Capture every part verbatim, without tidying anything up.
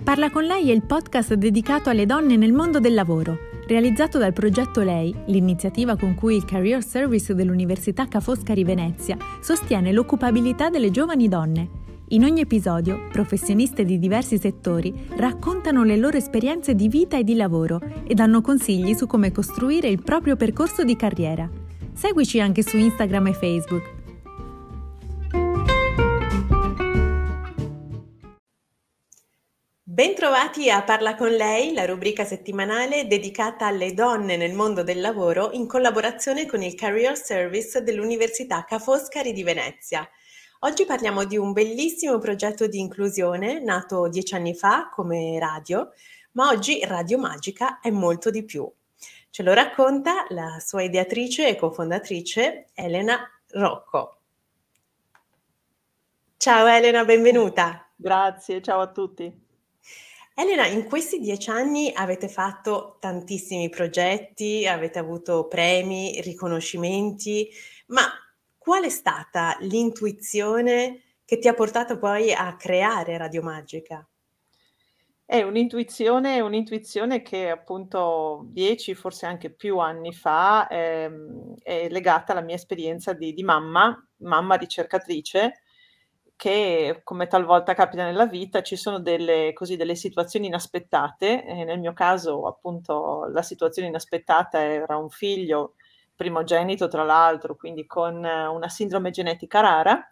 Parla con lei è il podcast dedicato alle donne nel mondo del lavoro, realizzato dal progetto Lei, l'iniziativa con cui il Career Service dell'Università Ca' Foscari Venezia sostiene l'occupabilità delle giovani donne. In ogni episodio, professioniste di diversi settori raccontano le loro esperienze di vita e di lavoro e danno consigli su come costruire il proprio percorso di carriera. Seguici anche su Instagram e Facebook. Bentrovati a Parla con lei, la rubrica settimanale dedicata alle donne nel mondo del lavoro in collaborazione con il Career Service dell'Università Ca' Foscari di Venezia. Oggi parliamo di un bellissimo progetto di inclusione nato dieci anni fa come radio, ma oggi Radio Magica è molto di più. Ce lo racconta la sua ideatrice e cofondatrice Elena Rocco. Ciao Elena, benvenuta. Grazie, ciao a tutti. Elena, in questi dieci anni avete fatto tantissimi progetti, avete avuto premi, riconoscimenti, ma qual è stata l'intuizione che ti ha portato poi a creare Radio Magica? È un'intuizione un'intuizione che appunto dieci, forse anche più anni fa, ehm, è legata alla mia esperienza di di mamma, mamma ricercatrice, che come talvolta capita nella vita ci sono delle così, delle situazioni inaspettate, e nel mio caso appunto la situazione inaspettata era un figlio primogenito tra l'altro, quindi con una sindrome genetica rara,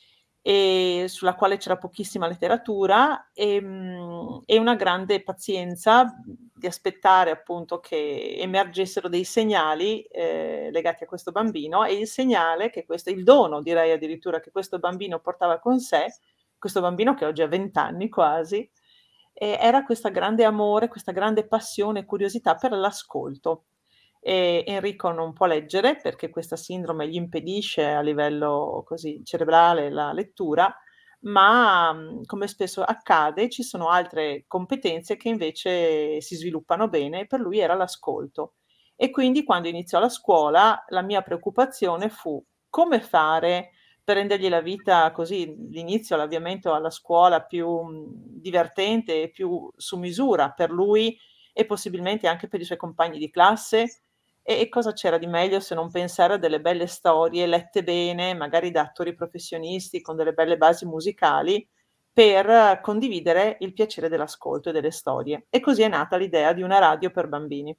e sulla quale c'era pochissima letteratura, ehm, e una grande pazienza di aspettare appunto che emergessero dei segnali, ehm, legati a questo bambino, e il segnale che questo il dono direi addirittura che questo bambino portava con sé, questo bambino che oggi ha venti anni quasi, ehm, era questa grande amore, questa grande passione e curiosità per l'ascolto. E Enrico non può leggere perché questa sindrome gli impedisce a livello così cerebrale la lettura, ma, mhmm, come spesso accade, ci sono altre competenze che invece si sviluppano bene, e per lui era l'ascolto. E quindi quando iniziò la scuola, la mia preoccupazione fu: come fare per rendergli la vita così, l'inizio, l'avviamento alla scuola più, mhmm, divertente e più su misura per lui e possibilmente anche per i suoi compagni di classe? E e cosa c'era di meglio se non pensare a delle belle storie lette bene, magari da attori professionisti con delle belle basi musicali, per condividere il piacere dell'ascolto e delle storie. E così è nata l'idea di una radio per bambini.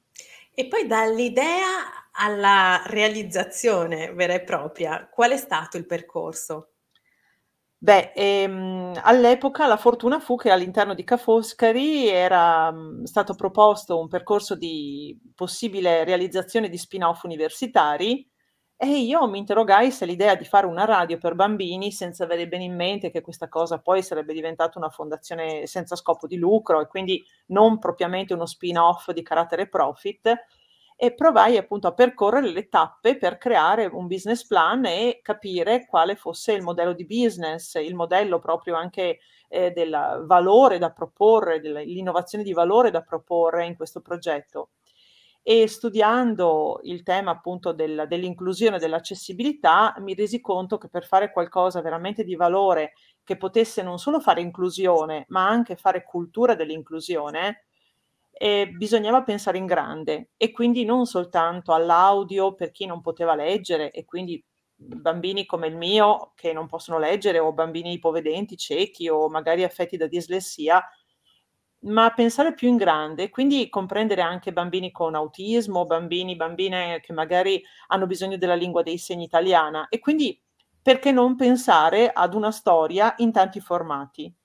E poi dall'idea alla realizzazione vera e propria, qual è stato il percorso? Beh, ehm, all'epoca la fortuna fu che all'interno di Ca' Foscari era, mhmm, stato proposto un percorso di possibile realizzazione di spin-off universitari, e io mi interrogai se l'idea di fare una radio per bambini, senza avere bene in mente che questa cosa poi sarebbe diventata una fondazione senza scopo di lucro e quindi non propriamente uno spin-off di carattere profit, e provai appunto a percorrere le tappe per creare un business plan e capire quale fosse il modello di business, il modello proprio anche, ehm, del valore da proporre, del l'innovazione di valore da proporre in questo progetto. E studiando il tema appunto del dell'inclusione e dell'accessibilità, mi resi conto che per fare qualcosa veramente di valore, che potesse non solo fare inclusione, ma anche fare cultura dell'inclusione, ehm, bisognava pensare in grande, e quindi non soltanto all'audio per chi non poteva leggere e quindi bambini come il mio che non possono leggere, o bambini ipovedenti, ciechi o magari affetti da dislessia, ma pensare più in grande, quindi comprendere anche bambini con autismo, bambini, bambine che magari hanno bisogno della lingua dei segni italiana, e quindi perché non pensare ad una storia in tanti formati.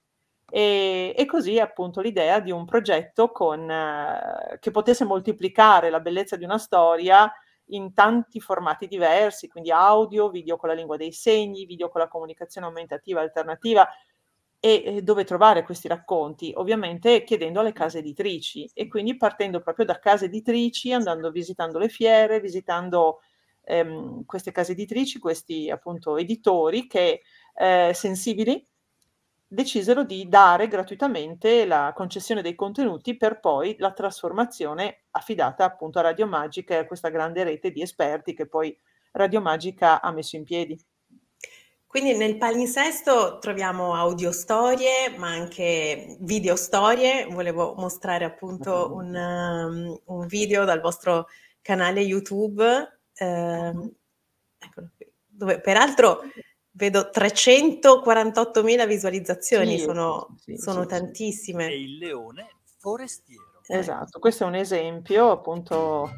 E e così appunto l'idea di un progetto con eh, che potesse moltiplicare la bellezza di una storia in tanti formati diversi, quindi audio, video con la lingua dei segni, video con la comunicazione aumentativa alternativa, e e dove trovare questi racconti? Ovviamente chiedendo alle case editrici, e quindi partendo proprio da case editrici, andando visitando le fiere, visitando, ehm, queste case editrici, questi appunto editori che, ehm, sensibili, decisero di dare gratuitamente la concessione dei contenuti per poi la trasformazione affidata appunto a Radio Magica e a questa grande rete di esperti che poi Radio Magica ha messo in piedi. Quindi nel palinsesto troviamo audiostorie, ma anche videostorie. Volevo mostrare appunto un, um, un video dal vostro canale YouTube, ehm, eccolo qui, dove peraltro vedo trecentoquarantottomila visualizzazioni, Sì, sono, sì, sono sì, sì. tantissime. E il leone forestiero. Esatto, questo è un esempio appunto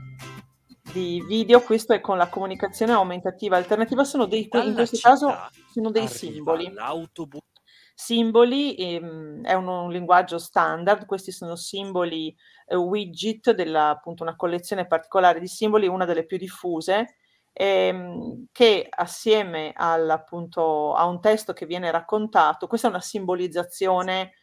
di video, questo è con la comunicazione aumentativa alternativa, sono dei, in Dalla questo città caso sono dei arriva simboli. l'autobus. Simboli, ehm, è un, un linguaggio standard, questi sono simboli eh, widget della appunto una collezione particolare di simboli, una delle più diffuse, ehm, che assieme al, appunto, a un testo che viene raccontato, questa è una simbolizzazione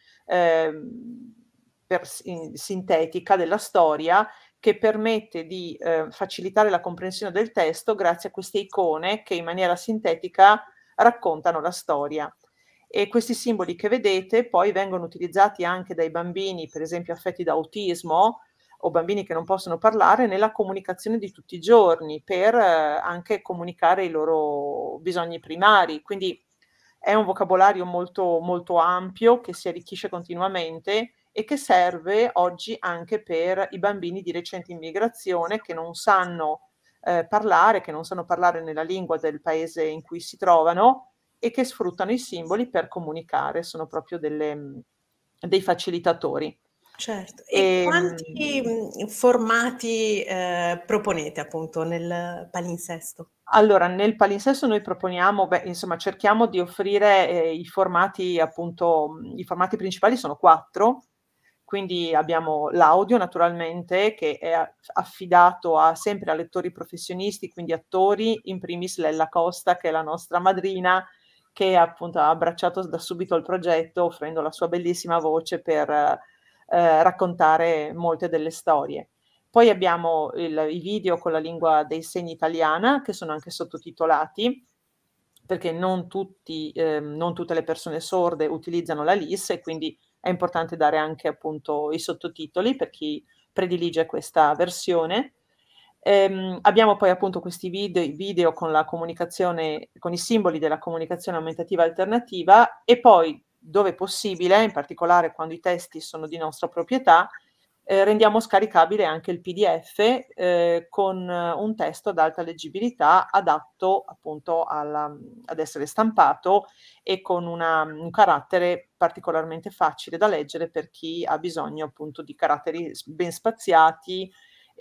ehm, per, in, sintetica della storia che permette di eh, facilitare la comprensione del testo grazie a queste icone che in maniera sintetica raccontano la storia. E questi simboli che vedete poi vengono utilizzati anche dai bambini, per esempio affetti da autismo o bambini che non possono parlare, nella comunicazione di tutti i giorni per eh, anche comunicare i loro bisogni primari. Quindi è un vocabolario molto, molto ampio che si arricchisce continuamente e che serve oggi anche per i bambini di recente immigrazione che non sanno eh, parlare, che non sanno parlare nella lingua del paese in cui si trovano e che sfruttano i simboli per comunicare, sono proprio delle, dei facilitatori. Certo. E E, quanti mh, formati eh, proponete appunto nel palinsesto? Allora, nel palinsesto noi proponiamo, beh, insomma, cerchiamo di offrire eh, i formati, appunto, i formati principali sono quattro, quindi abbiamo l'audio naturalmente che è affidato a, sempre a lettori professionisti, quindi attori, in primis Lella Costa che è la nostra madrina, che appunto ha abbracciato da subito il progetto offrendo la sua bellissima voce per eh, raccontare molte delle storie. Poi abbiamo il, i video con la lingua dei segni italiana che sono anche sottotitolati perché non, tutti, eh, non tutte le persone sorde utilizzano la L I S e quindi è importante dare anche appunto i sottotitoli per chi predilige questa versione. Ehm, abbiamo poi appunto questi video, video con la comunicazione, con i simboli della comunicazione aumentativa alternativa e poi, dove possibile, in particolare quando i testi sono di nostra proprietà, eh, rendiamo scaricabile anche il P D F eh, con un testo ad alta leggibilità adatto appunto alla, ad essere stampato e con una, un carattere particolarmente facile da leggere per chi ha bisogno appunto di caratteri ben spaziati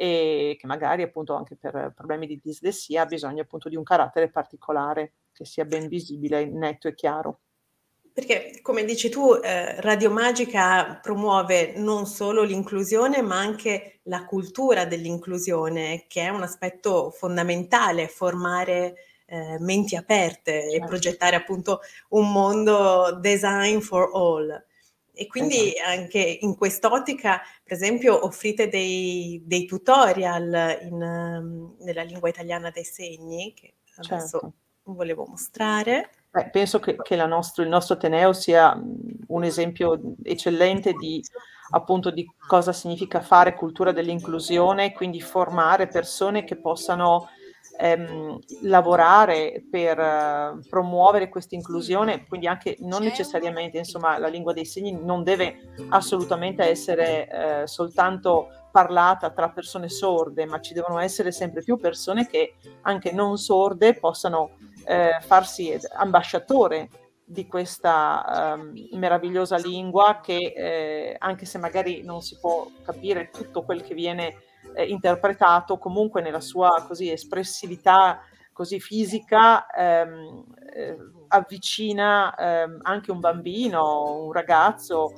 e che magari appunto anche per problemi di dislessia ha bisogno appunto di un carattere particolare che sia ben visibile, netto e chiaro. Perché, come dici tu, eh, Radio Magica promuove non solo l'inclusione, ma anche la cultura dell'inclusione, che è un aspetto fondamentale, formare eh, menti aperte e Certo. progettare appunto un mondo design for all. E quindi Esatto. anche in quest'ottica, per esempio, offrite dei, dei tutorial in, um, nella lingua italiana dei segni, che adesso Certo. volevo mostrare. Beh, penso che, che la nostro, il nostro Ateneo sia mh, un esempio eccellente di appunto di cosa significa fare cultura dell'inclusione, quindi formare persone che possano ehm, lavorare per uh, promuovere questa inclusione, quindi anche non necessariamente, insomma, la lingua dei segni non deve assolutamente essere eh, soltanto parlata tra persone sorde, ma ci devono essere sempre più persone che anche non sorde possano eh, farsi ambasciatore di questa um, meravigliosa lingua che eh, anche se magari non si può capire tutto quel che viene eh, interpretato, comunque nella sua così espressività così fisica ehm, eh, avvicina ehm, anche un bambino, un ragazzo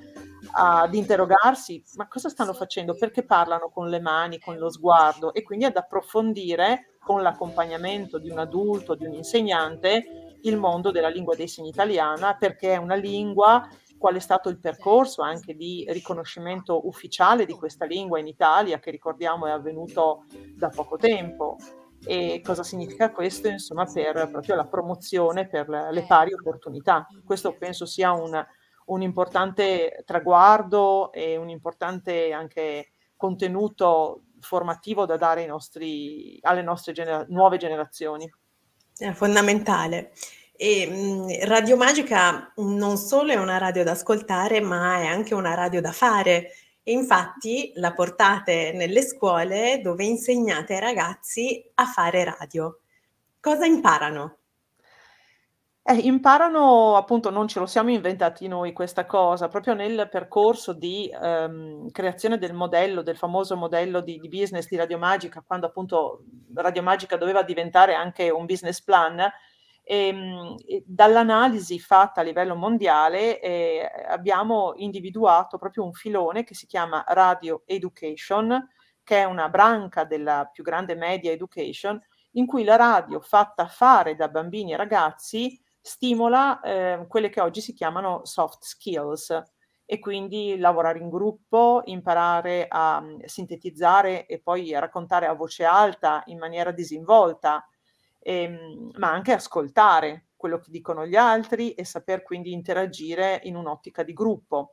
ad interrogarsi ma cosa stanno facendo, perché parlano con le mani, con lo sguardo e quindi ad approfondire con l'accompagnamento di un adulto, di un insegnante, il mondo della lingua dei segni italiana, perché è una lingua, qual è stato il percorso anche di riconoscimento ufficiale di questa lingua in Italia, che ricordiamo è avvenuto da poco tempo. E cosa significa questo? Insomma, per proprio la promozione, per le pari opportunità. Questo penso sia un, un importante traguardo e un importante anche contenuto formativo da dare ai nostri, alle nostre genera- nuove generazioni. È fondamentale. E mh, Radio Magica non solo è una radio da ascoltare, ma è anche una radio da fare. E infatti la portate nelle scuole dove insegnate ai ragazzi a fare radio. Cosa imparano? Eh, imparano appunto, non ce lo siamo inventati noi questa cosa, proprio nel percorso di, ehm, creazione del modello, del famoso modello di di business di Radio Magica, quando appunto Radio Magica doveva diventare anche un business plan, ehm, e dall'analisi fatta a livello mondiale, ehm, abbiamo individuato proprio un filone che si chiama Radio Education, che è una branca della più grande media education, in cui la radio fatta fare da bambini e ragazzi stimola, ehm, quelle che oggi si chiamano soft skills, e quindi lavorare in gruppo, imparare a, mhmm, sintetizzare e poi a raccontare a voce alta in maniera disinvolta, ehm, ma anche ascoltare quello che dicono gli altri e saper quindi interagire in un'ottica di gruppo.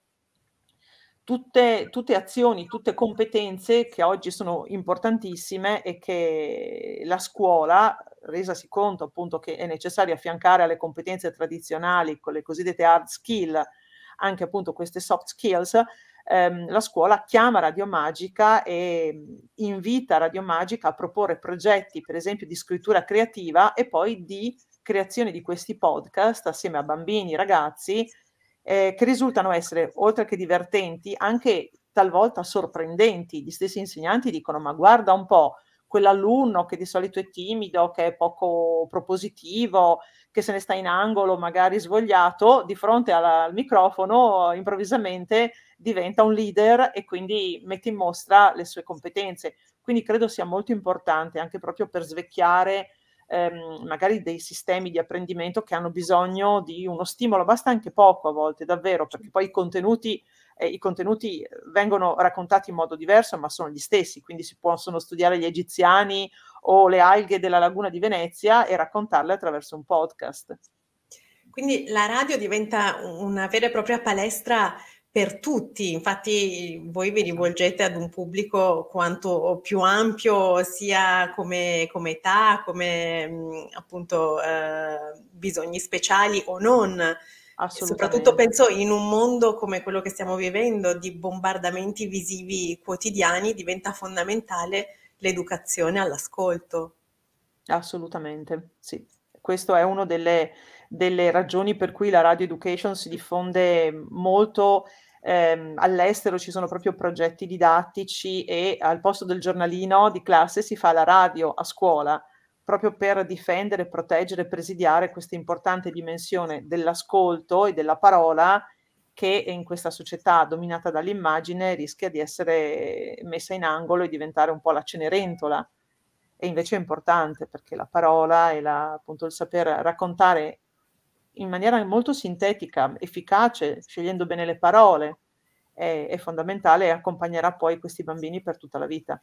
Tutte tutte azioni, tutte competenze che oggi sono importantissime e che la scuola, resasi conto appunto che è necessario affiancare alle competenze tradizionali con le cosiddette hard skill, anche appunto queste soft skills, ehm, la scuola chiama Radio Magica e, mhmm, invita Radio Magica a proporre progetti, per esempio di scrittura creativa e poi di creazione di questi podcast assieme a bambini, ragazzi, ehm, che risultano essere, oltre che divertenti, anche talvolta sorprendenti. Gli stessi insegnanti dicono: "Ma guarda un po', quell'alunno che di solito è timido, che è poco propositivo, che se ne sta in angolo magari svogliato, di fronte alla al microfono improvvisamente diventa un leader e quindi mette in mostra le sue competenze." Quindi credo sia molto importante anche proprio per svecchiare, ehm, magari dei sistemi di apprendimento che hanno bisogno di uno stimolo, basta anche poco a volte, davvero, perché poi i contenuti ehm, i contenuti vengono raccontati in modo diverso, ma sono gli stessi, quindi si possono studiare gli egiziani o le alghe della laguna di Venezia e raccontarle attraverso un podcast. Quindi la radio diventa u una vera e propria palestra per tutti, infatti voi vi Esatto. rivolgete ad un pubblico quanto più ampio sia come come età, come, mhmm, appunto, ehm, bisogni speciali o non. E soprattutto Assolutamente. penso in un mondo come quello che stiamo vivendo, di bombardamenti visivi quotidiani, diventa fondamentale l'educazione all'ascolto. Assolutamente, sì. Questo è uno delle delle ragioni per cui la radio education si diffonde molto, ehm, all'estero ci sono proprio progetti didattici e al posto del giornalino di classe si fa la radio a scuola, proprio per difendere, proteggere e presidiare questa importante dimensione dell'ascolto e della parola che in questa società dominata dall'immagine rischia di essere messa in angolo e diventare un po' la Cenerentola. E invece è importante perché la parola e la appunto il saper raccontare in maniera molto sintetica, efficace, scegliendo bene le parole, è è fondamentale e accompagnerà poi questi bambini per tutta la vita.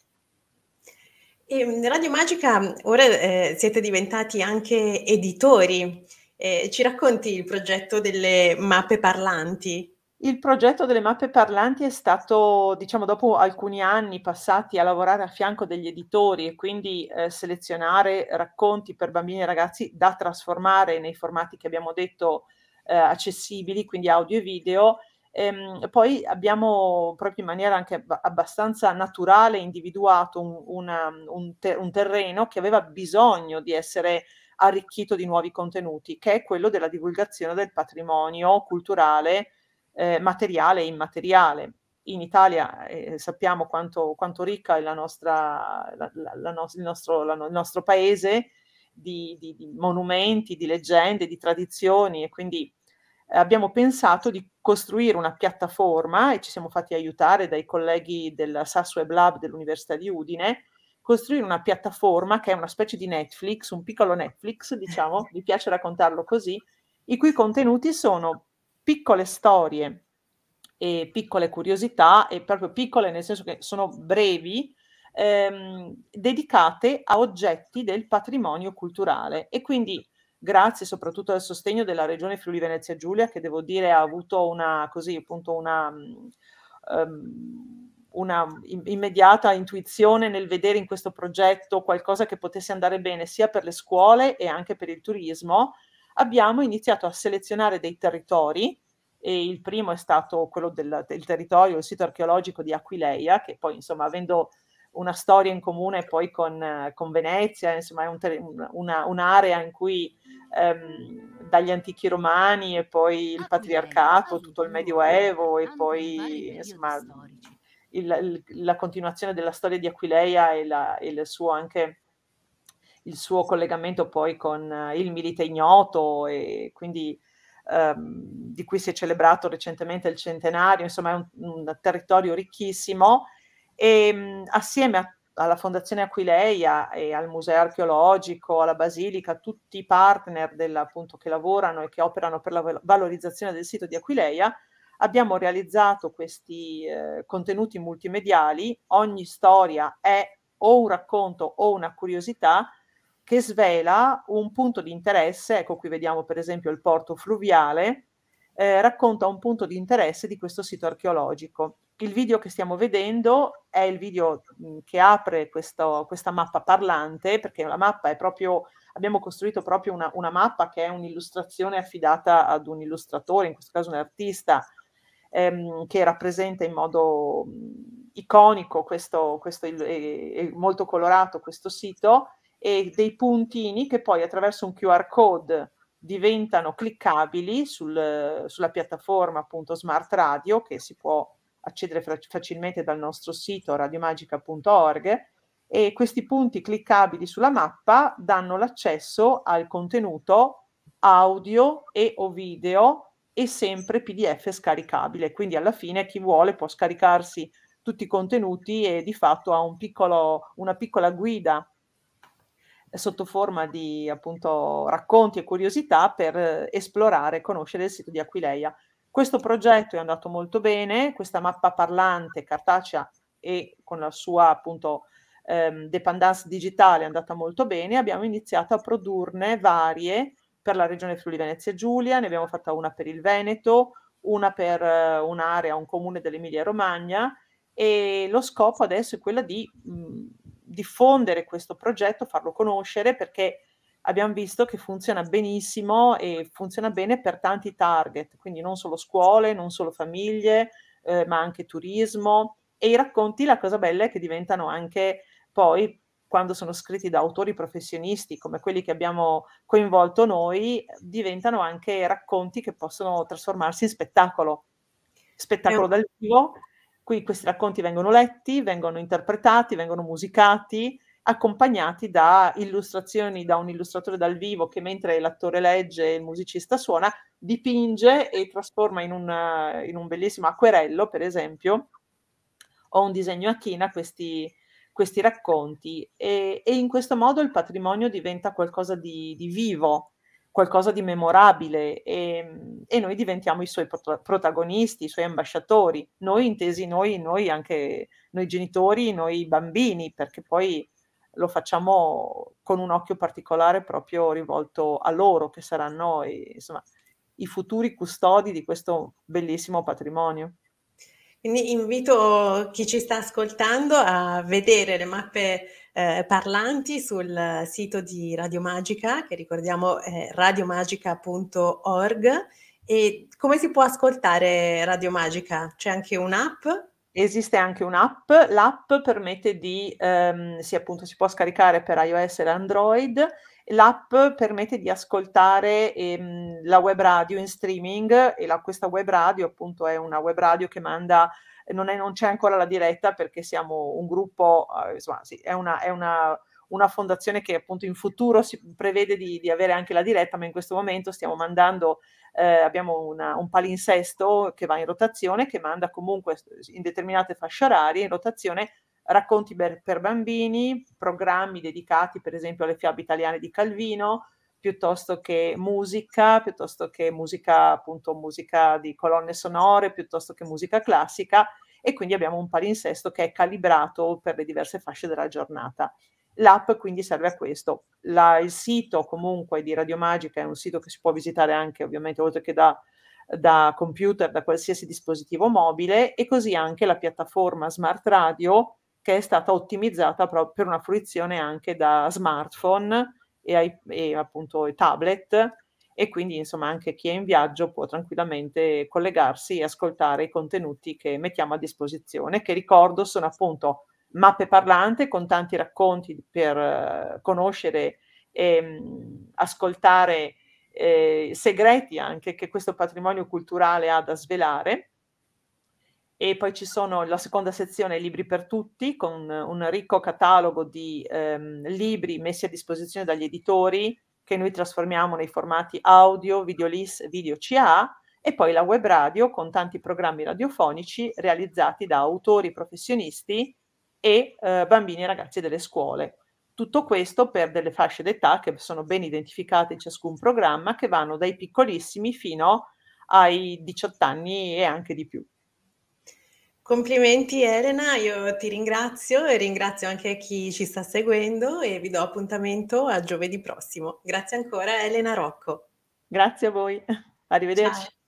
Ehm, Radio Magica ora, ehm, siete diventati anche editori. Ehm, ci racconti il progetto delle mappe parlanti? Il progetto delle mappe parlanti è stato, diciamo, dopo alcuni anni passati a lavorare a fianco degli editori e quindi, ehm, selezionare racconti per bambini e ragazzi da trasformare nei formati che abbiamo detto, ehm, accessibili, quindi audio e video. Ehm, poi abbiamo proprio in maniera anche abba abbastanza naturale individuato un una un te un terreno che aveva bisogno di essere arricchito di nuovi contenuti, che è quello della divulgazione del patrimonio culturale, ehm, materiale e immateriale. In Italia, ehm, sappiamo quanto quanto ricca è la nostra la la la nos il nostro la no il nostro paese di di di monumenti, di leggende, di tradizioni e quindi, ehm, abbiamo pensato di costruire una piattaforma e ci siamo fatti aiutare dai colleghi del Sasweb Lab dell'Università di Udine, costruire una piattaforma che è una specie di Netflix, un piccolo Netflix diciamo, mi piace raccontarlo così, i cui contenuti sono piccole storie e piccole curiosità e proprio piccole nel senso che sono brevi, ehm, dedicate a oggetti del patrimonio culturale e quindi grazie soprattutto al sostegno della Regione Friuli Venezia Giulia che devo dire ha avuto una così appunto una, mhmm, ehm, una im immediata intuizione nel vedere in questo progetto qualcosa che potesse andare bene sia per le scuole e anche per il turismo, abbiamo iniziato a selezionare dei territori, e il primo è stato quello del, del territorio, il sito archeologico di Aquileia, che poi insomma avendo una storia in comune poi con, con Venezia, insomma è un ter- una, un'area in cui ehm, dagli antichi romani e poi il patriarcato, tutto il Medioevo e poi insomma il, il, la continuazione della storia di Aquileia e, la, e il suo anche il suo collegamento poi con il Milite Ignoto, e quindi ehm, di cui si è celebrato recentemente il centenario, insomma è un, un territorio ricchissimo, e mh, assieme a, alla Fondazione Aquileia e al Museo Archeologico, alla Basilica, tutti i partner della, appunto, che lavorano e che operano per la valorizzazione del sito di Aquileia, abbiamo realizzato questi eh, contenuti multimediali. Ogni storia è o un racconto o una curiosità che svela un punto di interesse. Ecco, qui vediamo per esempio il porto fluviale, eh, racconta un punto di interesse di questo sito archeologico. Il video che stiamo vedendo è il video mh, che apre questo, questa mappa parlante, perché la mappa è proprio, abbiamo costruito proprio una, una mappa che è un'illustrazione affidata ad un illustratore, in questo caso un artista, ehm, che rappresenta in modo mh, iconico questo, questo e, e molto colorato questo sito, e dei puntini che poi attraverso un Q R code diventano cliccabili sul, sulla piattaforma appunto Smart Radio, che si può accedere fra- facilmente dal nostro sito radiomagica punto org, e questi punti cliccabili sulla mappa danno l'accesso al contenuto audio e o video, e sempre P D F scaricabile, quindi alla fine chi vuole può scaricarsi tutti i contenuti e di fatto ha un piccolo, una piccola guida sotto forma di appunto racconti e curiosità per eh, esplorare e conoscere il sito di Aquileia. Questo progetto è andato molto bene, questa mappa parlante cartacea e con la sua appunto ehm, dépendance digitale è andata molto bene. Abbiamo iniziato a produrne varie per la regione Friuli Venezia Giulia, ne abbiamo fatta una per il Veneto, una per eh, un'area, un comune dell'Emilia Romagna, e lo scopo adesso è quello di mh, diffondere questo progetto, farlo conoscere, perché abbiamo visto che funziona benissimo e funziona bene per tanti target, quindi non solo scuole, non solo famiglie, eh, ma anche turismo. E i racconti, la cosa bella è che diventano anche poi, quando sono scritti da autori professionisti come quelli che abbiamo coinvolto noi, diventano anche racconti che possono trasformarsi in spettacolo, spettacolo dal vivo. Qui questi racconti vengono letti, vengono interpretati, vengono musicati, accompagnati da illustrazioni da un illustratore dal vivo che, mentre l'attore legge e il musicista suona, dipinge e trasforma in un, in un bellissimo acquerello, per esempio, o un disegno a china questi, questi racconti, e, e in questo modo il patrimonio diventa qualcosa di, di vivo, qualcosa di memorabile, e, e noi diventiamo i suoi prot- protagonisti, i suoi ambasciatori, noi intesi noi, noi anche noi genitori, noi bambini, perché poi lo facciamo con un occhio particolare proprio rivolto a loro, che saranno i, insomma, i futuri custodi di questo bellissimo patrimonio. Quindi invito chi ci sta ascoltando a vedere le mappe eh, parlanti sul sito di Radiomagica, che ricordiamo è radiomagica punto org. E come si può ascoltare Radiomagica? C'è anche un'app? Esiste anche un'app, l'app permette di, ehm, sì, appunto, si può scaricare per iOS e Android. L'app permette di ascoltare ehm, la web radio in streaming, e la, questa web radio appunto è una web radio che manda, non, è, non c'è ancora la diretta perché siamo un gruppo, eh, insomma, sì, è una, è una, una fondazione che appunto in futuro si prevede di, di avere anche la diretta, ma in questo momento stiamo mandando eh, abbiamo una, un palinsesto che va in rotazione, che manda comunque in determinate fasce orarie in rotazione racconti per, per bambini, programmi dedicati per esempio alle fiabe italiane di Calvino, piuttosto che musica, piuttosto che musica, appunto musica di colonne sonore, piuttosto che musica classica, e quindi abbiamo un palinsesto che è calibrato per le diverse fasce della giornata. L'app quindi serve a questo. La, il sito comunque di Radiomagica è un sito che si può visitare anche ovviamente oltre che da, da computer, da qualsiasi dispositivo mobile, e così anche la piattaforma Smart Radio, che è stata ottimizzata proprio per una fruizione anche da smartphone e, ai, e appunto i tablet, e quindi insomma anche chi è in viaggio può tranquillamente collegarsi e ascoltare i contenuti che mettiamo a disposizione, che ricordo sono appunto mappe parlante con tanti racconti per eh, conoscere e mh, ascoltare eh, segreti anche che questo patrimonio culturale ha da svelare. E poi ci sono la seconda sezione Libri per tutti, con un ricco catalogo di ehm, libri messi a disposizione dagli editori, che noi trasformiamo nei formati audio, videolis, video C A, e poi la web radio con tanti programmi radiofonici realizzati da autori professionisti e eh, bambini e ragazzi delle scuole. Tutto questo per delle fasce d'età che sono ben identificate in ciascun programma, che vanno dai piccolissimi fino ai diciotto anni e anche di più. Complimenti Elena, io ti ringrazio e ringrazio anche chi ci sta seguendo e vi do appuntamento a giovedì prossimo. Grazie ancora Elena Rocco. Grazie a voi, arrivederci. Ciao.